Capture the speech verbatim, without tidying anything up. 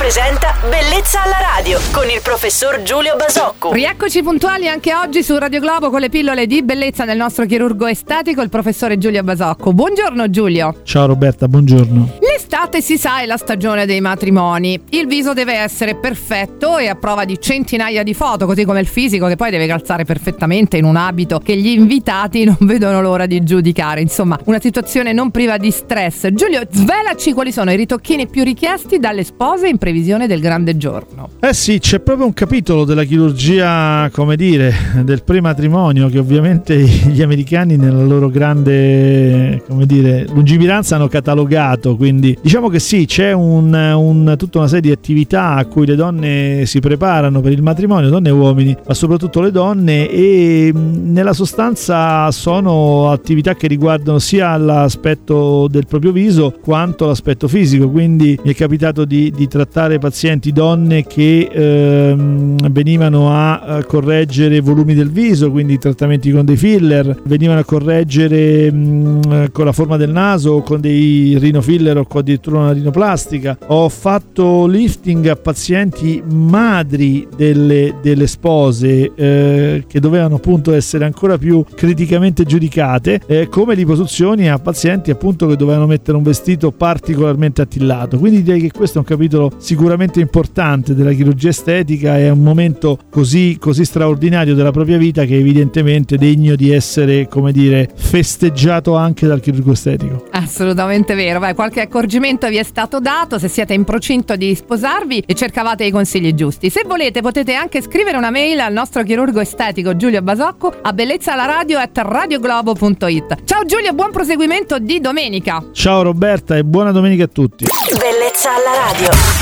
presenta Bellezza alla radio con il professor Giulio Basocco. Rieccoci puntuali anche oggi su Radio Globo con le pillole di bellezza del nostro chirurgo estetico, il professore Giulio Basocco. Buongiorno Giulio. Ciao Roberta, buongiorno. L'estate, si sa, è la stagione dei matrimoni. Il viso deve essere perfetto e a prova di centinaia di foto, così come il fisico, che poi deve calzare perfettamente in un abito che gli invitati non vedono l'ora di giudicare. Insomma, una situazione non priva di stress. Giulio, svelaci quali sono i ritocchini più richiesti dalle spose in previsione del grande giorno. Eh sì, c'è proprio un capitolo della chirurgia, come dire, del prematrimonio, che ovviamente gli americani nella loro grande, come dire, lungimiranza hanno catalogato. Quindi diciamo che sì, c'è un, un, tutta una serie di attività a cui le donne si preparano per il matrimonio, donne e uomini, ma soprattutto le donne, e nella sostanza sono attività che riguardano sia l'aspetto del proprio viso quanto l'aspetto fisico. Quindi mi è capitato di, di trattare pazienti donne che ehm, venivano a, a correggere volumi del viso, quindi trattamenti con dei filler, venivano a correggere mh, con la forma del naso o con dei rinofiller o con addirittura una rinoplastica. Ho fatto lifting a pazienti madri delle, delle spose eh, che dovevano appunto essere ancora più criticamente giudicate, eh, come liposuzioni a pazienti appunto che dovevano mettere un vestito particolarmente attillato. Quindi direi che questo è un capitolo sicuramente importante della chirurgia estetica, è un momento così, così straordinario della propria vita che è evidentemente degno di essere, come dire, festeggiato anche dal chirurgo estetico. Assolutamente vero. Beh, qualche accorgimento vi è stato dato se siete in procinto di sposarvi e cercavate i consigli giusti. Se volete potete anche scrivere una mail al nostro chirurgo estetico Giulio Basocco a bellezzalaradio at radioglobo punto it. Ciao Giulio, buon proseguimento di domenica. Ciao Roberta e buona domenica a tutti. Bellezza alla radio.